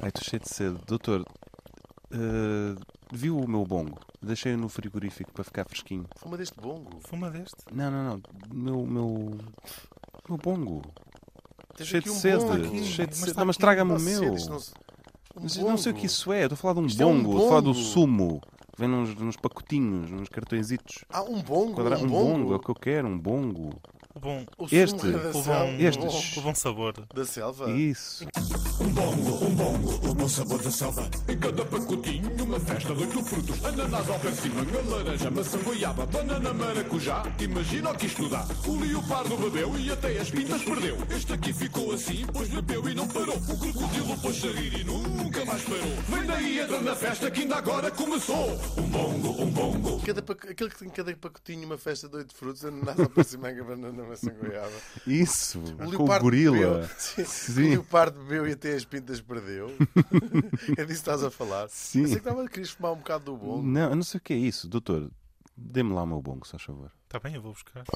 Ai, estou cheio de sede. Doutor, viu o meu bongo? Deixei-o no frigorífico para ficar fresquinho. Fuma deste bongo. Fuma deste? Não. Meu bongo. Tens Cheio aqui de um sede. bongo aqui. Cheio de Mas sede. está Não, mas aqui traga-me o Nossa, meu. isto não- Mas eu não sei o que isso é. Eu estou a falar de um Isto é um bongo. Estou a falar do bongo. sumo. Que vem nos pacotinhos, nos cartõezitos. Um bongo. Um bongo, é o que eu quero, um bongo. O bom, O Este. sumo da o bom, selva. Estes. o bom sabor. Da selva. Isso. Um bongo, o bom sabor da selva. Em cada pacotinho, uma festa de 8 frutos. Ananás ao pé de cima, laranja, maçã, goiaba, banana, maracujá. Imagina o que isto dá. O leopardo bebeu e até as pintas perdeu. Este aqui ficou assim, pois bebeu e não parou. O crocodilo pôs-se a rir e nunca mais parou. Vem daí, entra na festa que ainda agora começou. Um bongo. Aquele que tem cada pacotinho uma festa de 8 frutos, ananás ao pé de cima, banana, maçã, goiaba. Isso. O Com o leopardo gorila. bebeu. Sim. Sim. O leopardo bebeu e até as pintas perdeu. É disso que estás a falar. Sim. Eu sei que querias fumar um bocado do bongo. Não, eu não sei o que é isso. Doutor, dê-me lá o meu bongo, se faz favor. Está bem, eu vou buscar.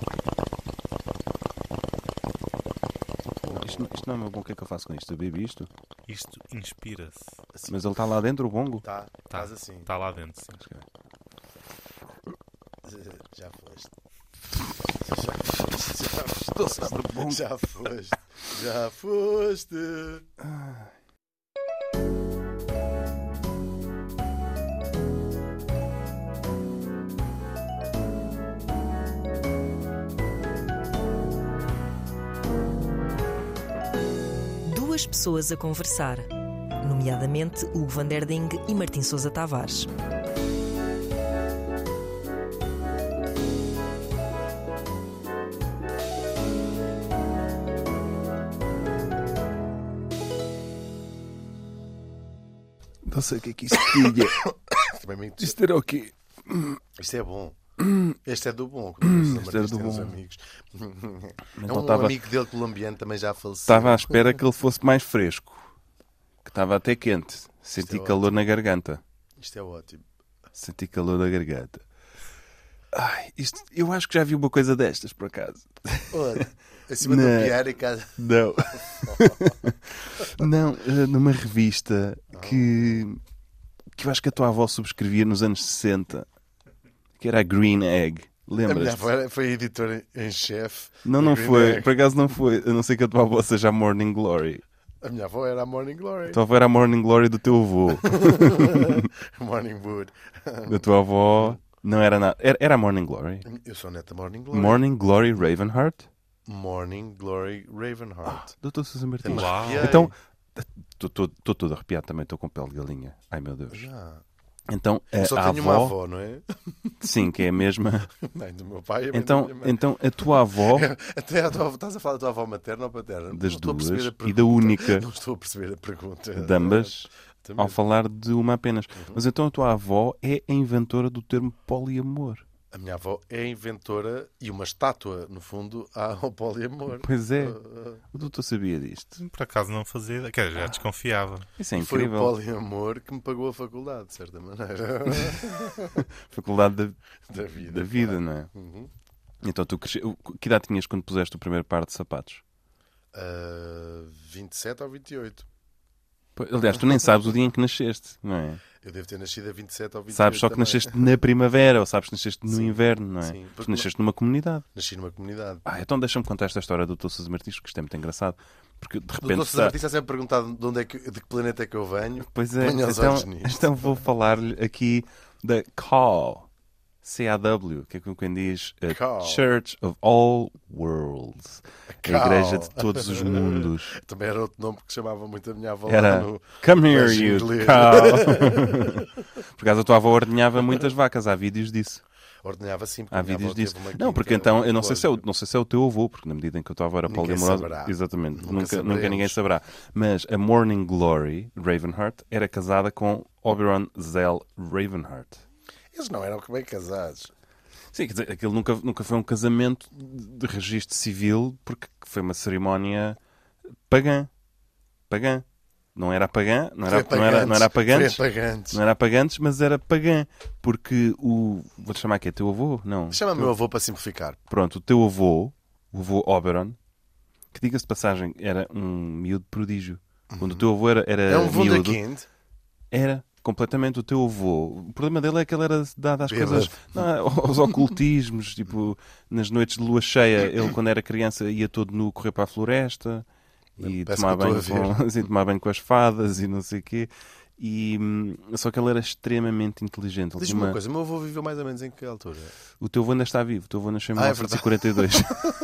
Isto não é o meu bongo. O que é que eu faço com isto? Eu bebo isto? Isto inspira-se. Mas ele está lá dentro, o bongo? Tá, estás assim. Está lá dentro, sim. Já foste. Estou sobre o bongo. Já foste. Já foste. Duas pessoas a conversar, nomeadamente Hugo van der Ding e Martim Sousa Tavares. Não sei o que é que isso tinha. Também me- Isto era o quê? Isto é bom. Este é do bom. Este é do bom. Amigos. Mas É não um estava- amigo dele colombiano também já faleceu. Estava à espera que ele fosse mais fresco. Que estava até quente. Senti Isto é calor na garganta. Isto é ótimo. Senti calor na garganta. Ai, eu acho que já vi uma coisa destas, por acaso. Olha, acima Não. da piara e casa. Não. Não, numa revista que eu acho que a tua avó subscrevia nos anos 60. Que era a Green Egg. A minha Lembras-te? avó foi editora em chefe. Não, da não Green foi. Egg. Por acaso não foi. A não ser que a tua avó seja a Morning Glory. A minha avó era a Morning Glory. A tua avó era a Morning Glory do teu avô. Morning Wood. A tua avó não era nada. Era a Morning Glory. Eu sou neta Morning Glory. Morning Glory Ravenheart? Morning Glory Ravenheart. Doutor Sousa Martins. Uau. Arrepiei. Então, estou todo arrepiado também. Estou com pele de galinha. Ai, meu Deus. Já. Então, Só a tenho uma avó... avó, não é? Sim, que é a mesma. Mãe do meu pai e a mãe da Então, minha mãe. então a tua avó, Até a tua avó, estás a falar da tua avó materna ou paterna? das Não estou a duas, perceber a e pergunta. da única, Não estou a perceber a pergunta. de ambas, Também. ao falar de uma apenas. Mas então a tua avó é a inventora do termo poliamor. A minha avó é a inventora e uma estátua, no fundo, ao poliamor. Pois é. O doutor sabia disto. Por acaso não fazia. Quer dizer, já desconfiava. Isso é Foi o incrível. poliamor que me pagou a faculdade, de certa maneira. Faculdade Da vida. da vida, não é? Uhum. Então tu que idade tinhas quando puseste o primeiro par de sapatos? 27 ou 28. Aliás, tu nem sabes o dia em que nasceste, não é? Eu devo ter nascido a 27 ou 28 Sabes só que também. nasceste na primavera ou sabes que nasceste no Sim. inverno, não é? Sim, Tu porque nasceste numa comunidade. Nasci numa comunidade. Então deixa-me contar esta história do Dr. Sousa Martins, porque isto é muito engraçado. Porque de O repente doutor César Martins está sempre perguntado de, de que planeta é que eu venho. Pois é, Ponha os então, olhos nisto. então vou falar-lhe aqui da CAW, C-A-W, que é como quem diz a CAW. Church of All Worlds, a CAW. Igreja de Todos os Mundos. Também era outro nome que chamava muito a minha avó Era lá no... Come here, colégio you inglês. cow. Por acaso a tua avó ordenhava muitas vacas, há vídeos disso. Ordenhava assim, porque Há a minha vídeos avó teve disso. uma Não, quinta, porque então, eu não ecológica. sei se é o teu avô, porque na medida em que a tua avó era Ninguém poliamorosa, saberá. exatamente, Nunca nunca saberemos. ninguém saberá. Mas a Morning Glory Ravenheart era casada com Oberon Zell Ravenheart. Eles não eram bem casados. Sim, quer dizer, aquilo nunca foi um casamento de registro civil, porque foi uma cerimónia pagã. Pagã. Não era pagã, não era apagantes. Foi apagantes. Não era apagantes, mas era pagã. Porque vou-te chamar aqui, é teu avô? Não. Chama meu avô para simplificar. Pronto, o teu avô, o avô Oberon, que diga-se de passagem, era um miúdo prodígio. Quando o teu avô era É um miúdo, wunderkind. era completamente o teu avô. O problema dele é que ele era dado às Bêbado. coisas, aos ocultismos, tipo, nas noites de lua cheia, ele quando era criança ia todo nu correr para a floresta e Parece tomar que eu banho, estou a com, assim, tomar banho com as fadas e não sei o quê. E, só que ele era extremamente inteligente. Ele Diz-me tinha uma coisa, o meu avô viveu mais ou menos em que altura? O teu avô ainda está vivo. O teu avô nasceu em Ah, é 1942.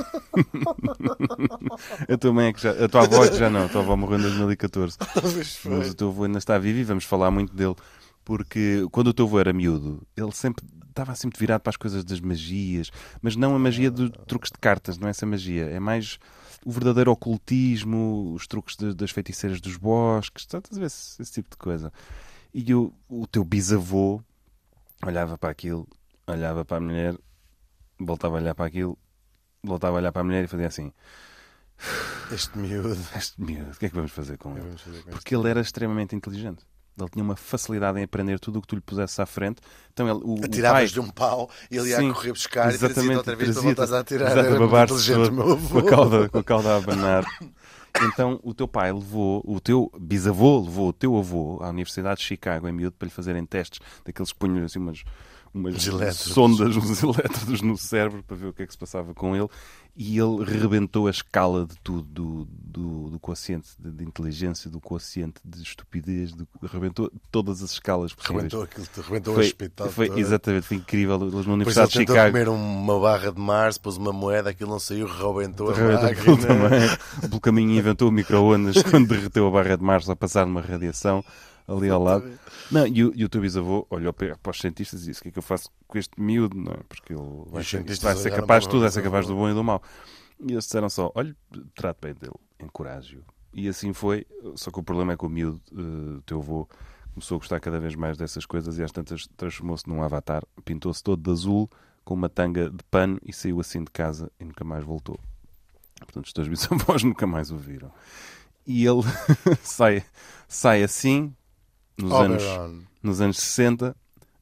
A tua mãe é que já... A tua avó é que já não. A tua avó morreu em 2014. Talvez foi. Mas o teu avô ainda está vivo e vamos falar muito dele. Porque quando o teu avô era miúdo, ele sempre estava sempre virado para as coisas das magias. Mas não a magia dos truques de cartas, não é essa magia. É mais o verdadeiro ocultismo, os truques das feiticeiras dos bosques, estás a ver esse tipo de coisa. E o teu bisavô olhava para aquilo, olhava para a mulher, voltava a olhar para aquilo, voltava a olhar para a mulher e fazia assim: Este miúdo. este miúdo, o que é que vamos fazer com ele? Vamos fazer com Porque ele era extremamente inteligente. Ele tinha uma facilidade em aprender tudo o que tu lhe pusesse à frente. Então ele, o pai... Atiravas-lhe um pau e ele ia Sim, a correr buscar e trazia exatamente, outra vez para trazia-te. voltares a atirar. Exato, Era a muito babar-se inteligente, todo, meu avô. com a cauda a abanar. Então o teu pai levou, o teu bisavô levou o teu avô à Universidade de Chicago em miúdo para lhe fazerem testes daqueles que punham assim umas Uns elétrodos. sondas, uns elétrodos no cérebro para ver o que é que se passava com ele, e ele rebentou a escala de tudo, do quociente de inteligência, do quociente de estupidez, rebentou todas as escalas possíveis. Rebentou aquilo, rebentou o hospital. todo. Exatamente, foi incrível. Eles na Depois ele Universidade de tentou Chicago comer uma barra de Mars, pôs uma moeda, aquilo não saiu, rebentou a rebentou aquilo máquina. também. Pelo caminho inventou o micro-ondas quando derreteu a barra de Mars a passar numa radiação ali ao lado. Não, e o teu bisavô olhou para os cientistas e disse: o que é que eu faço com este miúdo? Não é? Porque ele vai os ser, cientistas isto vai ser olharam capaz de para tudo, o vai ser bisavô. capaz do bom e do mau. E eles disseram só: olha, trate bem dele, encoraje-o. E assim foi, só que o problema é que o miúdo, o teu avô, começou a gostar cada vez mais dessas coisas e às tantas transformou-se num avatar, pintou-se todo de azul, com uma tanga de pano e saiu assim de casa e nunca mais voltou. Portanto, os teus bisavós nunca mais o viram. E ele sai assim, nos anos 60,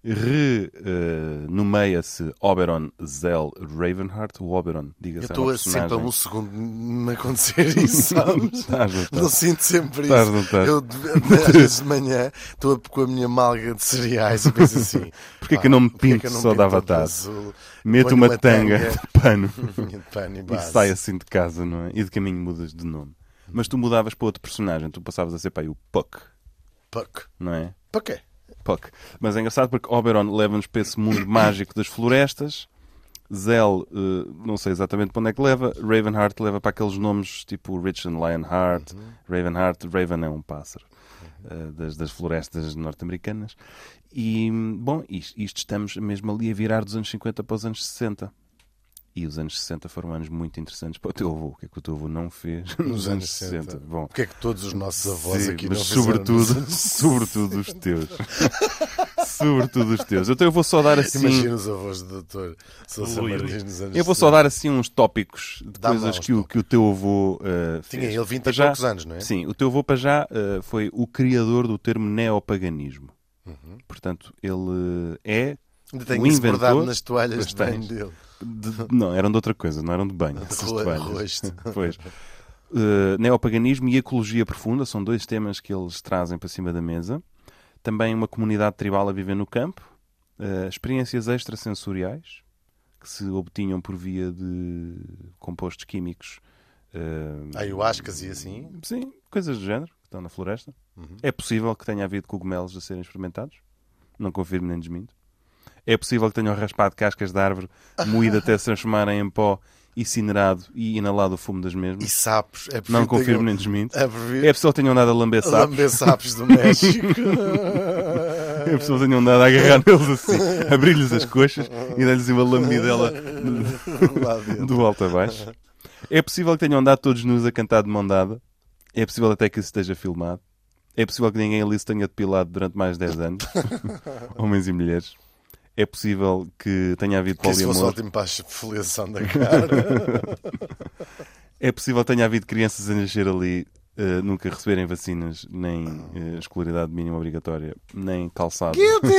nomeia-se Oberon Zell Ravenheart. O Oberon, Eu diga-se, estou sempre a um segundo de me acontecer isso, sabes? Estás, não estás? Não sinto sempre Estás, isso. não estás? Eu, às vezes de manhã, estou com a minha malga de cereais e penso assim: Porquê que eu não me porquê pinto que eu não só de pinto avatar? azul? Meto Ponho uma tanga de pano de pano e e base. sai assim de casa, não é? E de caminho mudas de nome. Mas tu mudavas para outro personagem, tu passavas a ser o Puck, Puck. não é? Para quê? Puck. Mas é engraçado porque Oberon leva-nos para esse mundo mágico das florestas. Zell, não sei exatamente para onde é que leva. Ravenheart leva para aqueles nomes tipo Rich and Lionheart. Ravenheart, Raven é um pássaro das florestas norte-americanas. E, bom, isto estamos mesmo ali a virar dos anos 50 para os anos 60. E os anos 60 foram anos muito interessantes para o teu avô. O que é que o teu avô não fez nos anos 60? Bom, O que é que todos os nossos avós sim, aqui mas não fizeram? sobretudo os teus. Sobretudo os teus. Então eu vou só dar assim... Imagina os avós do doutor Sousa Ui, ui. Martins nos anos Eu vou só dar assim uns tópicos de Dá-me coisas lá uns que o teu avô fez. Tinha ele 20 Para e já- poucos anos, não é? Sim, o teu avô para já foi o criador do termo neopaganismo. Portanto, ele é Ainda tenho o isso bordado inventor... nas toalhas Pois de banho tens. dele. Não, eram de outra coisa, não eram de banho. essas toalhas. Rosto. Pois. Neopaganismo e ecologia profunda são dois temas que eles trazem para cima da mesa. Também uma comunidade tribal a viver no campo. Experiências extrasensoriais que se obtinham por via de compostos químicos. Ayahuascas e assim. Sim, coisas do género que estão na floresta. É possível que tenha havido cogumelos a serem experimentados. Não confirmo nem desminto. É possível que tenham raspado cascas de árvore, moído até se transformarem em pó, incinerado e inalado o fumo das mesmas. E sapos. É Não prefiro confirmo tenham- nem desminto. É prefiro É possível que tenham dado a lamber sapos. lamber sapos do México. É possível que tenham dado a agarrar neles assim, abrir-lhes as coxas e dar-lhes uma lambidela Lá dentro. do alto a baixo. É possível que tenham andado todos nus a cantar de mão dada. É possível até que isso esteja filmado. É possível que ninguém ali se tenha depilado durante mais de 10 anos. Homens e mulheres. É possível que tenha havido Que isso fosse poliamor. ótimo para a esfoliação da cara. É possível que tenha havido crianças a nascer ali, nunca receberem vacinas, nem escolaridade mínima obrigatória, nem calçado.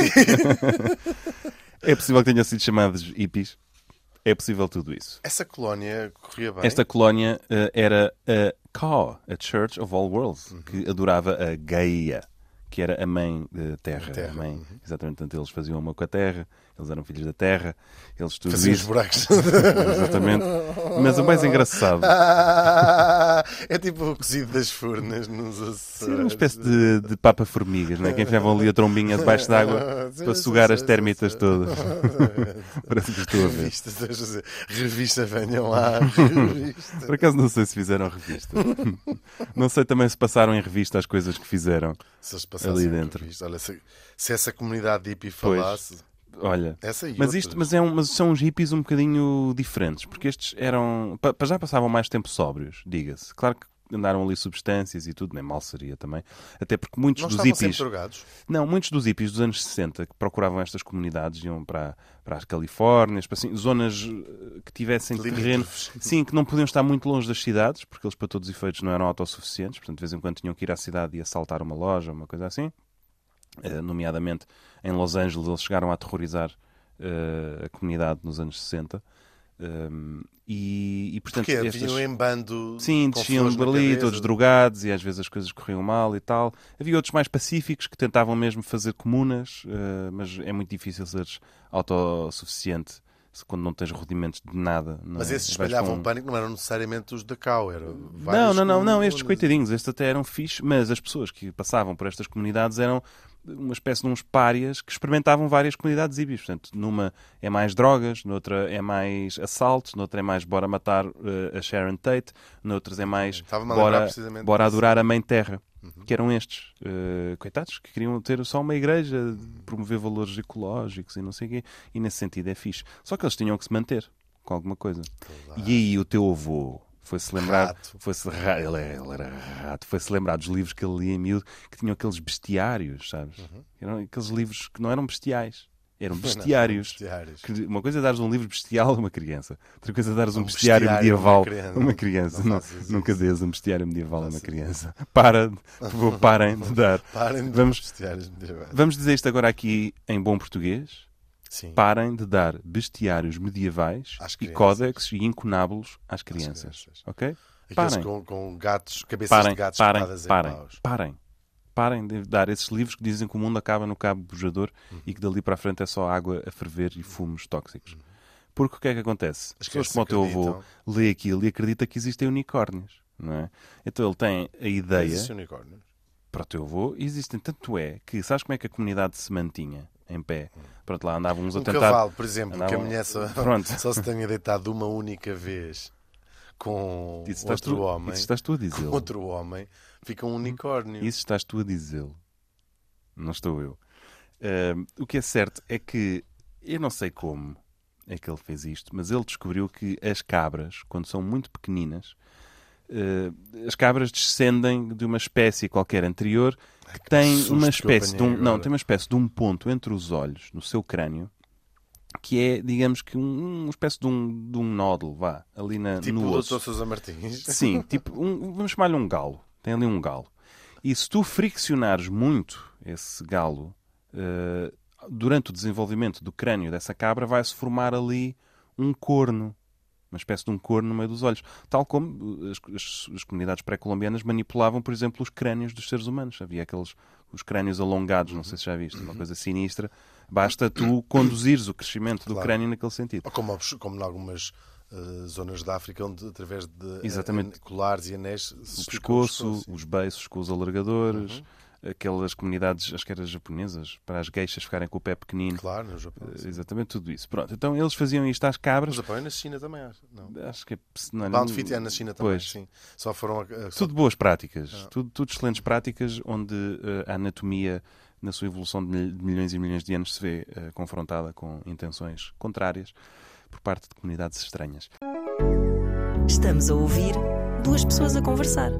É possível que tenham sido chamados hippies. É possível tudo isso. Essa colónia corria bem. Esta colónia era a Ka, a Church of All Worlds, que adorava a Gaia, que era a mãe da Terra. Terra, A mãe, exatamente, portanto, eles faziam amor com a Terra, eles eram filhos da Terra, eles tudo Fazia os isso. buracos. Exatamente. Mas o mais engraçado, É tipo o cozido das furnas nos Açores. era uma espécie de papa-formigas, não é? Que enfiavam ali a trombinha debaixo d'água para sugar as térmitas todas. Parece que estou a ver. Revista, venham lá. Revista. Por acaso não sei se fizeram revista. Não sei também se passaram em revista as coisas que fizeram. Se eles passassem Ali por dentro. Revista. Olha, se essa comunidade hippie Pois. falasse, Olha, essa e mas, outras. mas são uns hippies um bocadinho diferentes, porque estes eram, já passavam mais tempo sóbrios, diga-se. Claro que andaram ali substâncias e tudo, nem mal seria também. Até porque muitos Não dos estavam sempre hippies... drogados. Não, muitos dos hippies dos anos 60 que procuravam estas comunidades, iam para as Califórnias, para assim, zonas que tivessem terreno, Limítrofes. sim, que não podiam estar muito longe das cidades, porque eles para todos os efeitos não eram autossuficientes, portanto de vez em quando tinham que ir à cidade e assaltar uma loja, uma coisa assim. Nomeadamente em Los Angeles eles chegaram a aterrorizar a comunidade nos anos 60. E portanto, Porque estas... vinham em bando. Sim, com desciam flores por na ali, cabeça. todos drogados, e às vezes as coisas corriam mal e tal. Havia outros mais pacíficos que tentavam mesmo fazer comunas, mas é muito difícil seres autossuficiente quando não tens rudimentos de nada. Não Mas é? esses Vais espalhavam com- pânico, não eram necessariamente os da Cau, eram Não, vários não, estes comunas. coitadinhos, estes até eram fixe, mas as pessoas que passavam por estas comunidades eram uma espécie de uns párias que experimentavam várias comunidades hippies. Portanto, numa é mais drogas, noutra é mais assalto, noutra é mais bora matar a Sharon Tate, noutras é mais Estava-me a lembrar bora, precisamente bora disso. adorar a Mãe Terra. Que eram estes, coitados, que queriam ter só uma igreja, promover valores ecológicos e não sei o quê, e nesse sentido é fixe. Só que eles tinham que se manter com alguma coisa. Claro. E aí o teu avô foi-se lembrar, Rato. ele era rato, foi-se lembrar dos livros que ele lia em miúdo, que tinham aqueles bestiários, sabes? Eram aqueles livros que não eram bestiais, eram Não, bestiários. bestiários. Que uma coisa é dares um livro bestial a uma criança, outra coisa é dares um Um bestiário bestiário a medieval uma a uma criança. Não faças isso. Nunca dês um bestiário medieval a uma Faças criança. Parem de dar. Parem de Vamos- bestiários medievais. Vamos dizer isto agora aqui em bom português. Sim. Parem de dar bestiários medievais Às e crianças. códex e incunábulos às crianças. crianças. Ok? Aqueles Parem. com gatos, cabeças Parem, de gatos parem, espetadas em parem, paus. parem. Parem de dar esses livros que dizem que o mundo acaba no cabo bujador e que dali para a frente é só água a ferver e fumos tóxicos. Porque o que é que acontece? As pessoas crianças como o teu avô acreditam. lê aquilo e acredita que existem unicórnios. Não é? Então ele tem a ideia, Existem unicórnios. para o teu avô, existem. Tanto é que, sabes como é que a comunidade se mantinha em pé? Pronto, lá andavam uns a Um tentar... cavalo, por exemplo, que a andavam- mulher só, Pronto. só se tenha deitado uma única vez com Isso estás outro tu- homem. Isso estás tu a Com dizê-lo. outro homem, fica um unicórnio. Isso estás tu a dizê-lo. Não estou eu. O que é certo é que, eu não sei como é que ele fez isto, mas ele descobriu que as cabras, quando são muito pequeninas, as cabras descendem de uma espécie qualquer anterior que tem susto uma que eu espécie de apanhei não, agora. tem uma espécie de um ponto entre os olhos, no seu crânio, que é, digamos que, uma espécie de um nódulo, vá, ali Tipo no o osso. Dr. Sousa Martins. Sim, tipo, vamos chamar-lhe um galo. Tem ali um galo. E se tu friccionares muito esse galo, durante o desenvolvimento do crânio dessa cabra, vai-se formar ali um corno. Uma espécie de um corno no meio dos olhos. Tal como as comunidades pré-colombianas manipulavam, por exemplo, os crânios dos seres humanos. Havia os crânios alongados, não sei se já viste, uma coisa sinistra. Basta tu conduzires o crescimento do Claro. crânio naquele sentido. Ou como em algumas zonas da África, onde através de Exatamente. colares e anéis se O estica pescoço, os beiços com os alargadores, Uhum. aquelas comunidades, acho que eram japonesas, para as geishas ficarem com o pé pequenino. Claro, no Japão. sim. Exatamente tudo isso. Pronto, então eles faziam isto às cabras. No Japão e na China também, acho. Não. Acho que não é Bound Fit é na China também, Pois. sim. Só foram... Tudo boas práticas, Ah. tudo excelentes práticas onde a anatomia, na sua evolução de milhões e milhões de anos, se vê confrontada com intenções contrárias por parte de comunidades estranhas. Estamos a ouvir duas pessoas a conversar.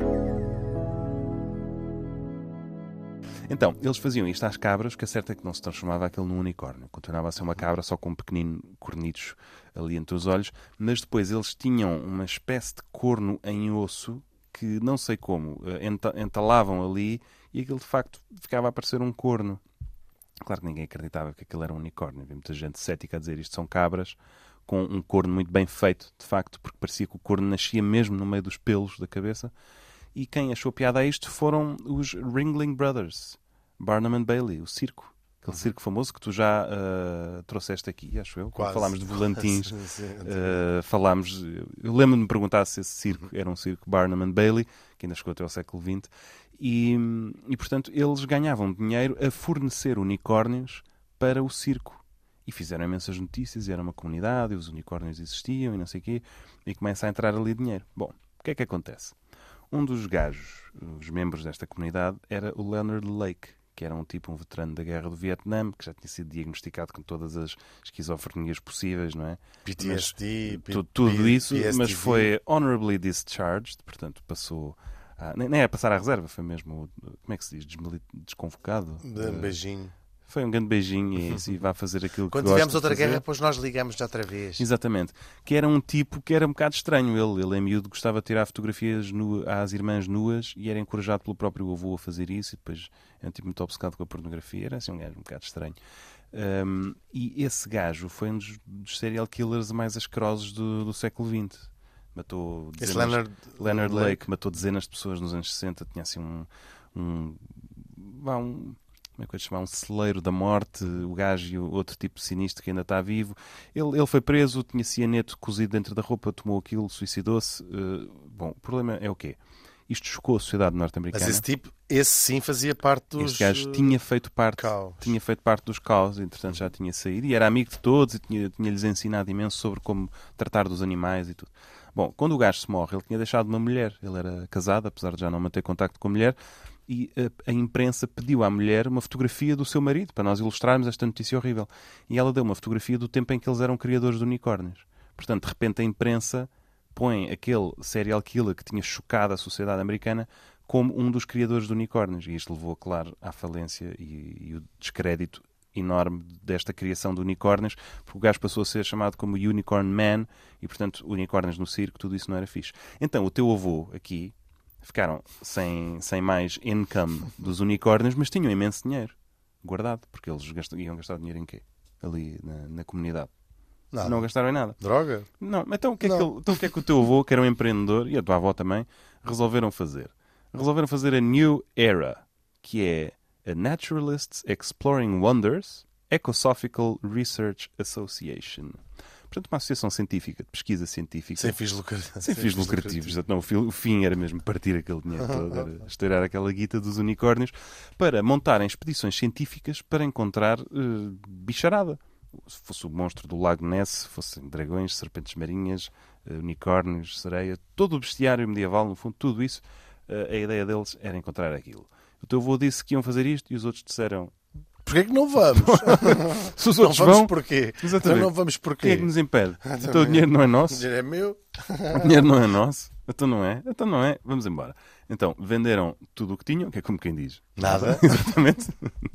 Então, eles faziam isto às cabras, o que é certo é que não se transformava aquilo num unicórnio. Continuava a ser uma cabra só com um pequenino cornicho ali entre os olhos, mas depois eles tinham uma espécie de corno em osso que, não sei como, entalavam ali e aquilo de facto ficava a parecer um corno. Claro que ninguém acreditava que aquilo era um unicórnio. Havia muita gente cética a dizer isto são cabras com um corno muito bem feito, de facto, porque parecia que o corno nascia mesmo no meio dos pelos da cabeça. E quem achou piada a isto foram os Ringling Brothers, Barnum and Bailey, o circo. Aquele circo famoso que tu já trouxeste aqui, acho eu. Quando falámos de volantins, falámos... Eu lembro-me de perguntar se esse circo era um circo Barnum and Bailey, que ainda chegou até ao século XX. E, portanto, eles ganhavam dinheiro a fornecer unicórnios para o circo. E fizeram imensas notícias, e era uma comunidade, e os unicórnios existiam, e não sei o quê, e começa a entrar ali dinheiro. Bom, o que é que acontece? Um dos gajos, os membros desta comunidade, era o Leonard Lake, que era um veterano da Guerra do Vietnã, que já tinha sido diagnosticado com todas as esquizofrenias possíveis, não é? PTSD, Tudo isso, PTSD. mas foi honorably discharged, portanto passou... nem é passar à reserva, foi mesmo, como é que se diz, desconvocado. Um beijinho. Foi um grande beijinho e assim vai fazer aquilo Quando que tivemos gosta de outra fazer. guerra, depois nós ligamos outra vez. Exatamente. Que era um tipo que era um bocado estranho. Ele em miúdo, gostava de tirar fotografias às irmãs nuas e era encorajado pelo próprio avô a fazer isso. E depois era um tipo muito obcecado com a pornografia. Era assim um gajo um bocado estranho. E esse gajo foi um dos serial killers mais asquerosos do século XX. Matou Esse dezenas... Leonard Lake matou dezenas de pessoas nos anos 60. Tinha assim como é que eu ia chamar? Um celeiro da morte, o gajo e o outro tipo sinistro que ainda está vivo. Ele foi preso, tinha cianeto cozido dentro da roupa, tomou aquilo, suicidou-se. Bom, o problema é o quê? Isto chocou a sociedade norte-americana. Mas esse sim fazia parte dos... Este gajo tinha feito parte dos caos, entretanto já tinha saído e era amigo de todos e tinha-lhes ensinado imenso sobre como tratar dos animais e tudo. Bom, quando o gajo se morre, ele tinha deixado uma mulher. Ele era casado, apesar de já não manter contacto com a mulher. E a imprensa pediu à mulher uma fotografia do seu marido, para nós ilustrarmos esta notícia horrível. E ela deu uma fotografia do tempo em que eles eram criadores de unicórnios. Portanto, de repente a imprensa põe aquele serial killer que tinha chocado a sociedade americana como um dos criadores de unicórnios. E isto levou, claro, à falência e o descrédito enorme desta criação de unicórnios, porque o gajo passou a ser chamado como Unicorn Man e, portanto, unicórnios no circo, tudo isso não era fixe. Então, o teu avô aqui... ficaram sem mais income dos unicórnios, mas tinham imenso dinheiro guardado, porque eles iam gastar dinheiro em quê? Ali na comunidade. Nada. Não gastaram em nada. Droga? Não, então o que é que o teu avô, que era um empreendedor, e a tua avó também, resolveram fazer? Resolveram fazer a New Era, que é a Naturalists Exploring Wonders Ecosophical Research Association. Portanto, uma associação científica, de pesquisa científica. Sem fins lucrativos. Sem fins lucrativos. Não, o fim era mesmo partir aquele dinheiro todo, era estourar aquela guita dos unicórnios, para montarem expedições científicas para encontrar bicharada. Se fosse o monstro do Lago Ness, se fossem dragões, serpentes marinhas, unicórnios, sereia, todo o bestiário medieval, no fundo, tudo isso, a ideia deles era encontrar aquilo. O teu avô disse que iam fazer isto e os outros disseram... Porquê que não vamos? Se os Não outros vamos vão... porquê? Exatamente. Não vamos porquê? Quem é que nos impede? Então o dinheiro não é O nosso? dinheiro é meu. O dinheiro não é nosso? Então não é? Então não é? Vamos embora. Então, venderam tudo o que tinham, que é como quem diz. Nada. Exatamente.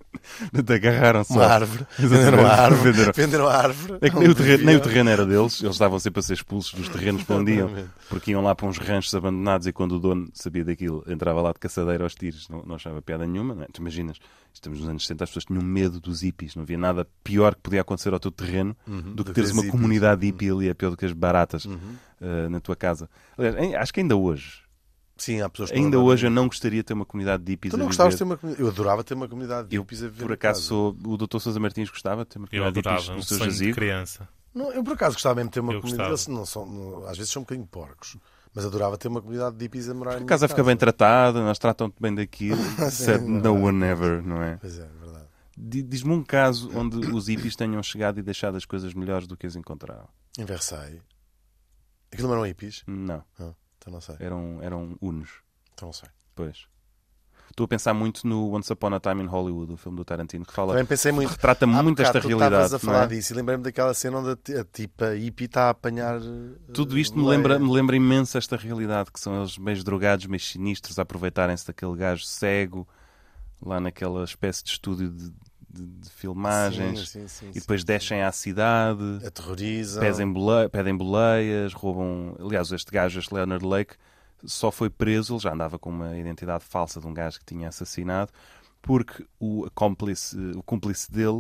Agarraram-se Uma ao- árvore. Exatamente. Venderam a árvore. Venderam. Venderam a árvore. É que nem o terreno era deles, eles estavam sempre a ser expulsos dos terrenos para onde iam, Exatamente. porque iam lá para uns ranchos abandonados e quando o dono sabia daquilo, entrava lá de caçadeira aos tiros, não achava piada nenhuma, não é? Tu imaginas, estamos nos anos 60, as pessoas tinham medo dos hippies, não havia nada pior que podia acontecer ao teu terreno do que teres das uma hippies. comunidade hippie ali, é pior do que as baratas na tua casa. Aliás, acho que ainda hoje Sim, há pessoas que Ainda não hoje eu não gostaria de ter uma comunidade de hippies Tu a não viver. gostavas de ter uma comunidade? Eu adorava ter uma comunidade de Eu, hippies a viver por em acaso, casa. sou o Dr. Sousa Martins gostava de ter uma Eu comunidade de hippies adorava, no um seu sonho de jazigo. criança. Não, eu por acaso gostava mesmo de ter uma Eu comunidade. gostava. Eles às vezes são um bocadinho porcos, mas adorava ter uma comunidade de hippies a morar Por em acaso minha fica bem casa. tratada, nós tratam-te bem daquilo, said no one ever, não é? Pois é, verdade. Diz-me um caso onde os hippies tenham chegado e deixado as coisas melhores do que as encontraram. Em Versailles. Aquilo não eram hippies? Não, Ah, então não sei. eram unos. Então não sei. Pois. Estou a pensar muito no Once Upon a Time in Hollywood, o filme do Tarantino, que fala, Também pensei muito. retrata muito esta Tu realidade. estavas a falar não é? disso e lembrei-me daquela cena onde a tipa hippie está a apanhar. Tudo isto me boleia. lembra imenso esta realidade, que são eles meio drogados, meio sinistros, a aproveitarem-se daquele gajo cego, lá naquela espécie de estúdio de filmagens, Sim, e depois descem à cidade, aterrorizam. pedem boleias, roubam... Aliás, este gajo, este Leonard Lake, só foi preso, ele já andava com uma identidade falsa de um gajo que tinha assassinado, porque o cúmplice dele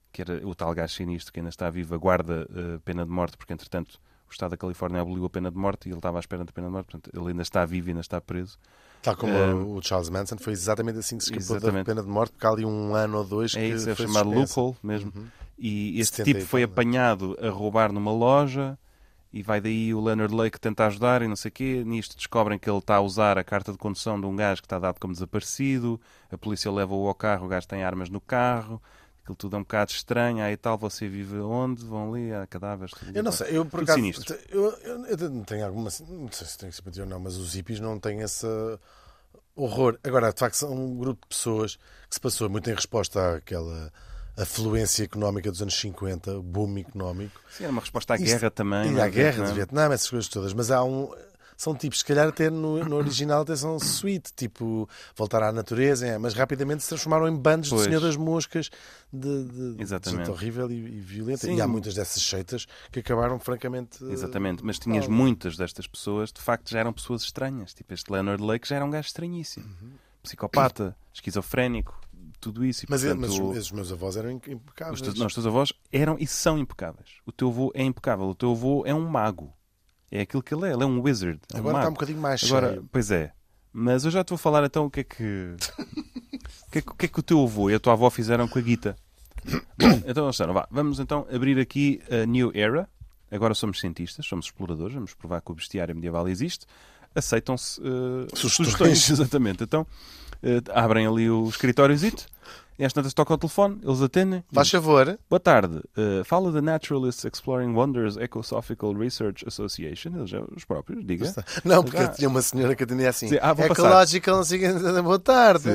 que era o tal gajo sinistro que ainda está vivo, aguarda pena de morte, porque entretanto o Estado da Califórnia aboliu a pena de morte e ele estava à espera da pena de morte, portanto ele ainda está vivo e ainda está preso. Tal como o Charles Manson, foi exatamente assim que se escapou da Exatamente. pena de morte, porque há ali 1 ano ou 2 que É isso, é foi chamado suspensa. loophole mesmo. E este 70 tipo foi e tal, apanhado a roubar numa loja e vai daí o Leonard Lake tentar ajudar e não sei o quê. Nisto descobrem que ele está a usar a carta de condução de um gajo que está dado como desaparecido. A polícia leva-o ao carro, o gajo tem armas no carro. Aquilo tudo é um bocado estranho. Aí tal, você vive onde? Vão ali, há cadáveres. Eu não sei, eu por Tudo acaso, sinistro. eu não tenho alguma, não sei se tenho simpatia ou não, mas os hippies não têm esse horror. Agora, de facto, são um grupo de pessoas que se passou muito em resposta àquela afluência económica dos anos 50, o boom económico. Sim, era uma resposta à Isto- guerra também. E não é? à guerra de Vietnã. Vietnã, essas coisas todas. Mas há são tipos, se calhar até no original até são sweet, tipo voltar à natureza, mas rapidamente se transformaram em bandos Pois. de Senhor das Moscas, de Exatamente. gente horrível e violenta. Sim. E há muitas dessas seitas que acabaram francamente... Exatamente, mas tinhas mal. muitas destas pessoas, de facto já eram pessoas estranhas. Tipo este Leonard Lake já era um gajo estranhíssimo. Psicopata, esquizofrénico, tudo isso. E, Mas, portanto, esses meus avós eram impecáveis. os teus avós eram e são impecáveis. O teu avô é impecável. O teu avô é um mago. É aquilo que ele é um wizard. É um Agora está mago. um bocadinho mais Agora, cheio. pois é. Mas eu já te vou falar então o que é que... o que é que o teu avô e a tua avó fizeram com a guita. Bom, então, Alexandre, vá. Vamos então abrir aqui a New Era. Agora somos cientistas, somos exploradores, vamos provar que o bestiário medieval existe. Aceitam-se sugestões. Exatamente. Então, abrem ali o escritóriozito. E às tantas toca o telefone, eles atendem. Faz favor. Boa tarde. Fala da Naturalists Exploring Wonders Ecosophical Research Association. Eles já, os próprios, diga. Não, porque Ah. tinha uma senhora que atendia assim. Sim, vou passar. Ecological, não sei o quê. Boa tarde.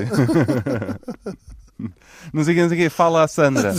Não sei quem, fala a Sandra.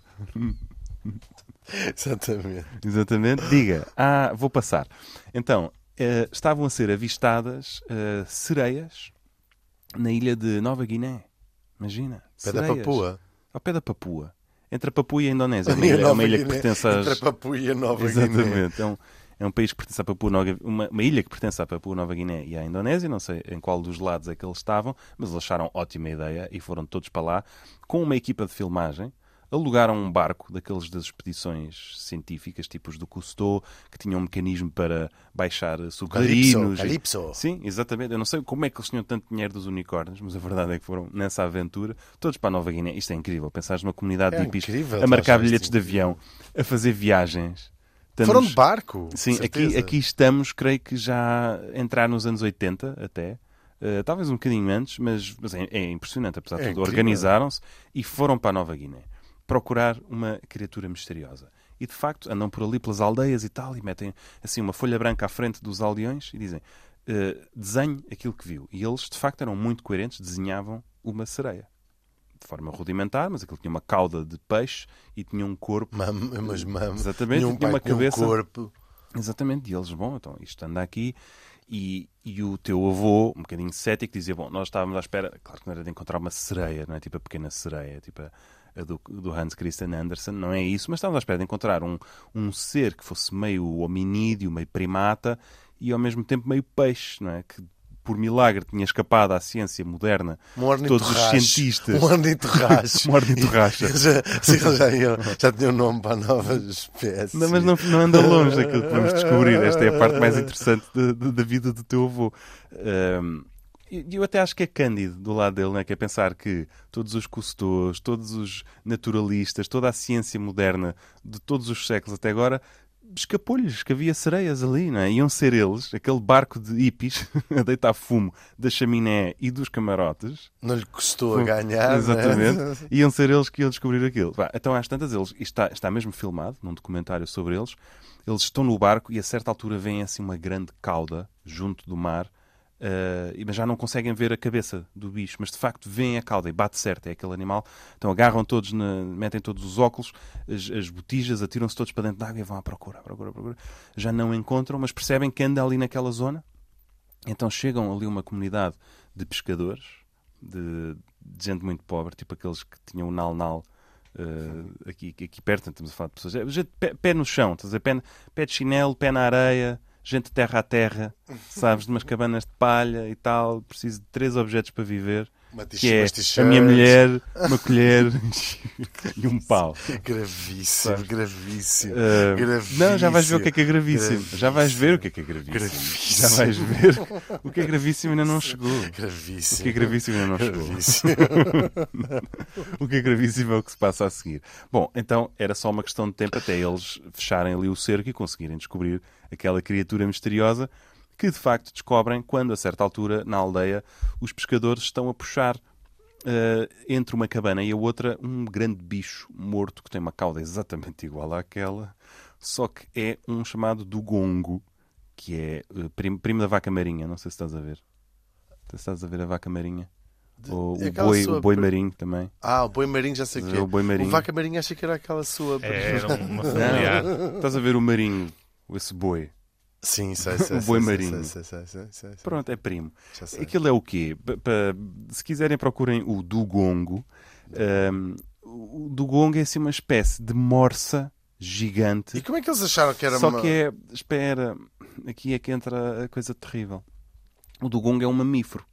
Exatamente. Exatamente. Diga. Vou passar. Então, estavam a ser avistadas sereias na ilha de Nova Guiné. Imagina. Pé da sereias. Papua. Ao pé da Papua. Entre a Papua e a Indonésia. A minha É uma Nova ilha que Guiné, pertence às... Entre a Papua e a Nova Guiné. Exatamente. É um país que pertence à Papua Nova... Uma ilha que pertence à Papua Nova Guiné e à Indonésia. Não sei em qual dos lados é que eles estavam, mas eles acharam ótima ideia e foram todos para lá com uma equipa de filmagem. Alugaram um barco daqueles das expedições científicas, tipos do Cousteau, que tinham um mecanismo para baixar submarinos. Calypso. Sim, exatamente. Eu não sei como é que eles tinham tanto dinheiro dos unicórnios, mas a verdade é que foram nessa aventura todos para a Nova Guiné. Isto é incrível. Pensares numa comunidade É de hippies incrível, a marcar tu achas bilhetes isto de avião, a fazer viagens. Foram de barco. Sim, certeza. aqui estamos, creio que já entrar nos anos 80 até. Talvez um bocadinho antes, mas é impressionante, apesar de É tudo. incrível. Organizaram-se e foram para a Nova Guiné procurar uma criatura misteriosa. E de facto andam por ali pelas aldeias e tal, e metem assim uma folha branca à frente dos aldeões e dizem desenhe aquilo que viu. E eles de facto eram muito coerentes, desenhavam uma sereia. De forma rudimentar, mas aquilo tinha uma cauda de peixe e tinha um corpo. Mas mamo. Exatamente, Tinha um tinha uma pai, tinha cabeça. um corpo. Exatamente, e eles, bom, então isto anda aqui. E o teu avô, um bocadinho cético, dizia, bom, nós estávamos à espera, claro que não era de encontrar uma sereia, não é? Tipo a pequena sereia, tipo a do Hans Christian Andersen, não é isso, mas estávamos à espera de encontrar um ser que fosse meio hominídeo, meio primata e ao mesmo tempo meio peixe, não é? Que por milagre tinha escapado à ciência moderna. Um ornitorrache. Todos os cientistas. Um ornitorrache. Um ornitorrache. Já tinha um nome para a nova espécie. Não, mas não anda longe daquilo que vamos descobrir. Esta é a parte mais interessante da vida do teu avô. E eu até acho que é cândido do lado dele, não é? Que é pensar que todos os custôs, todos os naturalistas, toda a ciência moderna de todos os séculos até agora, escapou-lhes que havia sereias ali, não é? Iam ser eles, aquele barco de hippies a deitar fumo da chaminé e dos camarotes. Não lhe custou a ganhar. Exatamente. Né? Iam ser eles que iam descobrir aquilo. Então, às tantas, isto está mesmo filmado num documentário sobre eles. Eles estão no barco e a certa altura vem assim uma grande cauda junto do mar, mas já não conseguem ver a cabeça do bicho, mas de facto vêem a cauda e bate certo, é aquele animal. Então agarram todos, metem todos os óculos, as botijas, atiram-se todos para dentro da água e vão à procura. Já não encontram, mas percebem que anda ali naquela zona. Então chegam ali uma comunidade de pescadores, de gente muito pobre, tipo aqueles que tinham o nal-nal aqui perto. Estamos a falar de pessoas, gente, pé no chão, estás a dizer, pé de chinelo, pé na areia, gente terra a terra, sabes, de umas cabanas de palha e tal. Preciso de 3 objetos para viver. que é a minha mulher, uma colher e um pau. Gravíssimo, Sabe? gravíssimo. Não, já vais ver o que é gravíssimo. Já vais ver o que é gravíssimo. Gravíssimo. Já vais ver o que é gravíssimo ainda não chegou. Gravíssimo. O que é gravíssimo ainda não chegou. Gravíssimo. O que é gravíssimo é o que se passa a seguir. Bom, então era só uma questão de tempo até eles fecharem ali o cerco e conseguirem descobrir aquela criatura misteriosa que de facto descobrem quando, a certa altura, na aldeia, os pescadores estão a puxar entre uma cabana e a outra um grande bicho morto que tem uma cauda exatamente igual àquela, só que é um chamado dugongo, que é primo da vaca marinha. Não sei se estás a ver. Se estás a ver a vaca marinha. Ou o boi marinho também. O boi marinho já sei o que é. O boi marinho. O vaca marinha achei que era aquela sua. Era uma familiar. Estás a ver o marinho, esse boi. Sim, sei. O boi marinho. Sei. Pronto, é primo. Já sei. Aquilo é o quê? Se quiserem, procurem o dugongo. O dugongo é assim uma espécie de morsa gigante. E como é que eles acharam que era Só uma... que é... Espera, aqui é que entra a coisa terrível. O dugongo é um mamífero.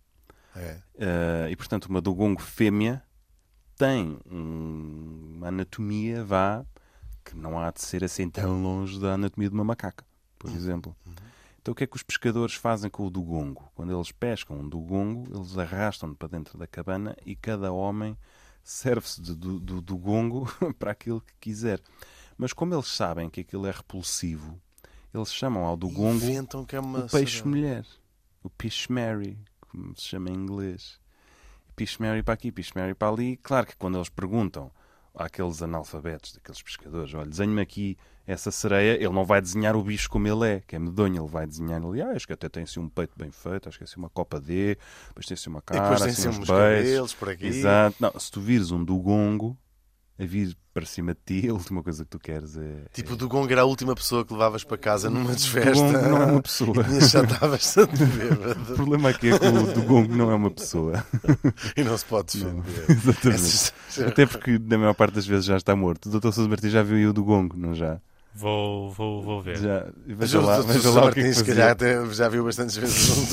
E, portanto, uma dugongo fêmea tem uma anatomia, que não há de ser assim tão longe da anatomia de uma macaca, por exemplo. Então o que é que os pescadores fazem com o dugongo? Quando eles pescam um dugongo, eles arrastam-no para dentro da cabana e cada homem serve-se do dugongo para aquilo que quiser. Mas como eles sabem que aquilo é repulsivo, eles chamam ao dugongo Inventam que é uma... o peixe-mulher. O Pish-Mary, como se chama em inglês. Pish-Mary para aqui, Pish-Mary para ali. Claro que quando eles perguntam àqueles analfabetos, daqueles pescadores, olha, desenhe-me aqui essa sereia, ele não vai desenhar o bicho como ele é, que é medonho, ele vai desenhar ali, acho que até tem assim um peito bem feito, acho que é assim uma copa D, depois tem assim uma cara, depois tem assim assim uns uns beijos. cabelos por aqui. Exato. Não, se tu vires um dugongo a vir para cima de ti, a última coisa que tu queres é... Tipo, o dugongo era a última pessoa que levavas para casa numa O desfesta. dugongo não é uma pessoa. E já estava bastante O bêbado. problema aqui é que o dugongo não é uma pessoa. E não se pode defender. Exatamente. Até porque, na maior parte das vezes, já está morto. O Dr. Sousa Martins já viu aí o dugongo, não já? Vou ver. Já. Mas Veja lá o que é que Martins, se calhar, fazia. até já viu bastantes vezes um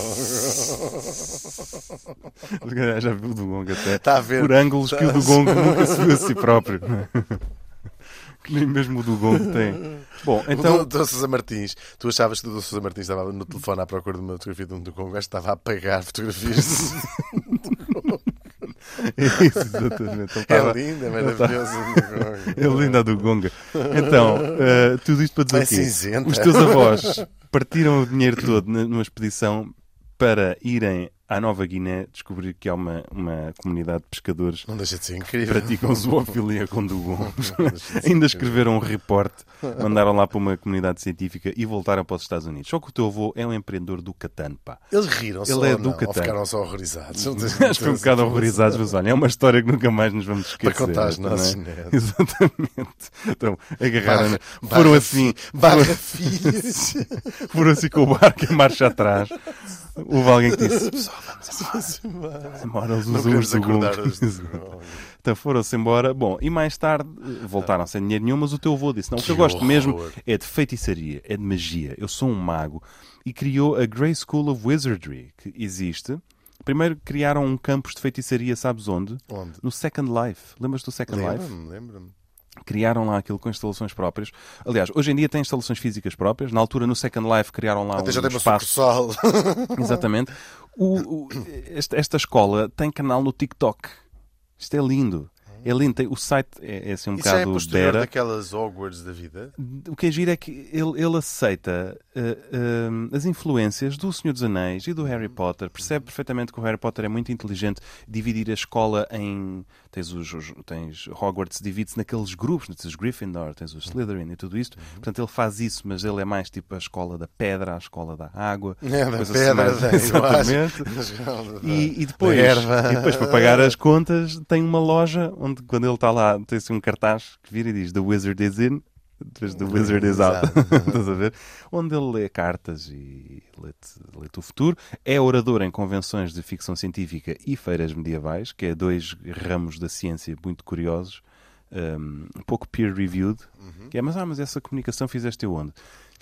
dugongo. Se calhar já viu o dugongo até. Está a ver. Por ângulos que o dugongo nunca se viu a si próprio. Que nem mesmo o dugongo tem. Bom, então... O Dr. Sousa Martins, tu achavas que o Dr. Sousa Martins estava no telefone à procura de uma fotografia de um dugongo, acho que estava a apagar fotografias. É isso, exatamente. É lindo, é maravilhoso. É lindo a dugonga. Então, tudo isto para dizer É o quê? cinzenta. Os teus avós partiram o dinheiro todo numa expedição para irem à Nova Guiné descobrir que há uma comunidade de pescadores Não deixa de ser que incrível. praticam zoofilia com dugongos. Não deixa de ser Ainda incrível. escreveram um reporte, mandaram lá para uma comunidade científica e voltaram para os Estados Unidos. Só que o teu avô é um empreendedor do Catan, pá. Eles riram-se Ele ou é não? do Ou Catar. ficaram só horrorizados? Acho que foi um bocado horrorizados, mas olha, é uma história que nunca mais nos vamos esquecer. Para contar aos não é? nossos netos. Exatamente. Então, agarraram, Barra foram assim, filhos. foram assim com o barco em marcha atrás. Houve alguém que disse: pessoal, vamos embora, eles Não usam os queremos acordar dugongos. os dugongos. Então foram-se embora. Bom, e mais tarde voltaram sem dinheiro nenhum, mas o teu avô disse: não, o que eu Que gosto horror. mesmo é de feitiçaria, é de magia. Eu sou um mago. E criou a Grey School of Wizardry, que existe. Primeiro criaram um campus de feitiçaria, sabes onde? Onde? No Second Life. Lembras do Second Life? Lembro-me. Criaram lá aquilo com instalações próprias. Aliás, hoje em dia tem instalações físicas próprias. Na altura, no Second Life, criaram lá Até um já tem uma espaço. sucursal. Exatamente. Esta escola tem canal no TikTok. Isto é lindo. É lindo. O site é assim um Isso já é bocado posterior bera. daquelas Hogwarts da vida? O que é giro é que ele aceita as influências do Senhor dos Anéis e do Harry Potter. Percebe perfeitamente que o Harry Potter é muito inteligente. Dividir a escola em... Tens Hogwarts, divide-se naqueles grupos. Tens os Gryffindor, tens os Slytherin e tudo isto. Portanto, ele faz isso, mas ele é mais tipo a escola da pedra, a escola da água. É, da coisa pedra, assim mais- Exatamente. E depois, para pagar as contas, tem uma loja onde, quando ele está lá, tem assim um cartaz que vira e diz The Wizard is in, depois The Wizard is out. Estás a ver? Onde ele lê cartas e lê-te o futuro. É orador em convenções de ficção científica e feiras medievais, que é dois ramos da ciência muito curiosos, um pouco peer-reviewed. Que é, mas essa comunicação fizeste onde?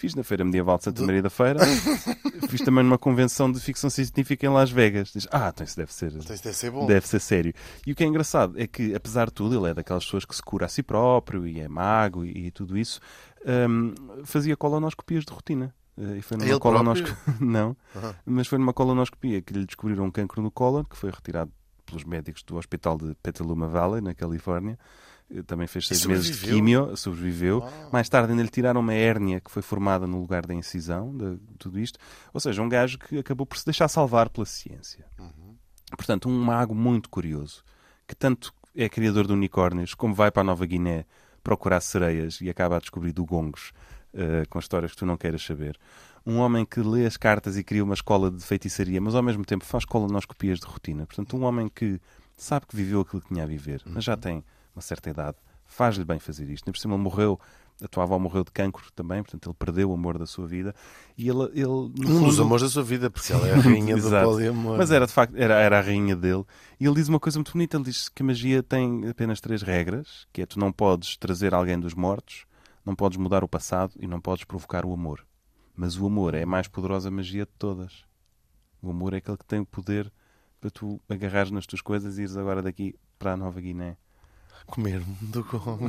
Fiz na Feira Medieval de Santa Maria da Feira. Fiz também numa convenção de ficção científica em Las Vegas. Diz, então isso deve ser... Então isso deve ser bom. Deve ser sério. E o que é engraçado é que, apesar de tudo, ele é daquelas pessoas que se cura a si próprio e é mago e tudo isso, fazia colonoscopias de rotina. E foi numa colonoscopia... Não, mas foi numa colonoscopia que lhe descobriram um cancro no cólon, que foi retirado pelos médicos do hospital de Petaluma Valley, na Califórnia. Também fez 6 meses de químio, sobreviveu. Mais tarde ainda lhe tiraram uma hérnia que foi formada no lugar da incisão, de tudo isto. Ou seja, um gajo que acabou por se deixar salvar pela ciência. Portanto, um mago muito curioso, que tanto é criador de unicórnios, como vai para a Nova Guiné procurar sereias e acaba a descobrir dugongos com histórias que tu não queiras saber. Um homem que lê as cartas e cria uma escola de feitiçaria, mas ao mesmo tempo faz colonoscopias de rotina. Portanto, um homem que sabe que viveu aquilo que tinha a viver, mas já tem uma certa idade, faz-lhe bem fazer isto. Nem por cima ele morreu, a tua avó morreu de cancro também, portanto ele perdeu o amor da sua vida. E ele dos amores da sua vida, porque ela é a rainha do poliamor. Mas era de facto, era a rainha dele. E ele diz uma coisa muito bonita, ele diz que a magia tem apenas 3 regras, que é tu não podes trazer alguém dos mortos, não podes mudar o passado e não podes provocar o amor. Mas o amor é a mais poderosa magia de todas. O amor é aquele que tem o poder para tu agarrares nas tuas coisas e ires agora daqui para a Nova Guiné. Comer-me do conto.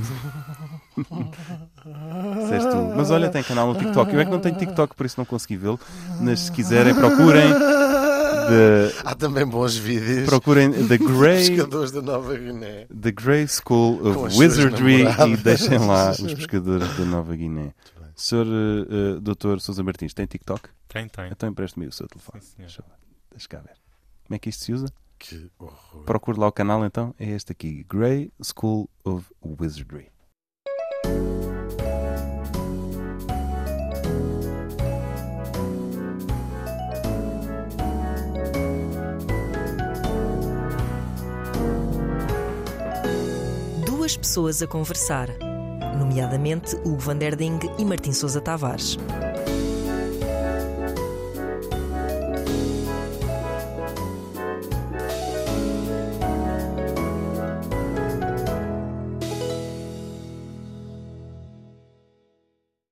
Disseste tu. Mas olha, tem canal no TikTok. Eu é que não tenho TikTok, por isso não consegui vê-lo. Mas se quiserem, procurem. Há também bons vídeos. Procurem The Grey. Pescadores da Nova Guiné. The Grey School of Wizardry e deixem lá os pescadores da Nova Guiné. Sr. Dr. Sousa Martins, tem TikTok? Tem. Então empreste-me o seu telefone. Deixa cá ver. Como é que isto se usa? Que horror. Procure lá o canal então. É este aqui. Grey School of Wizardry. Duas pessoas a conversar, nomeadamente Hugo van der Ding e Martim Sousa Tavares.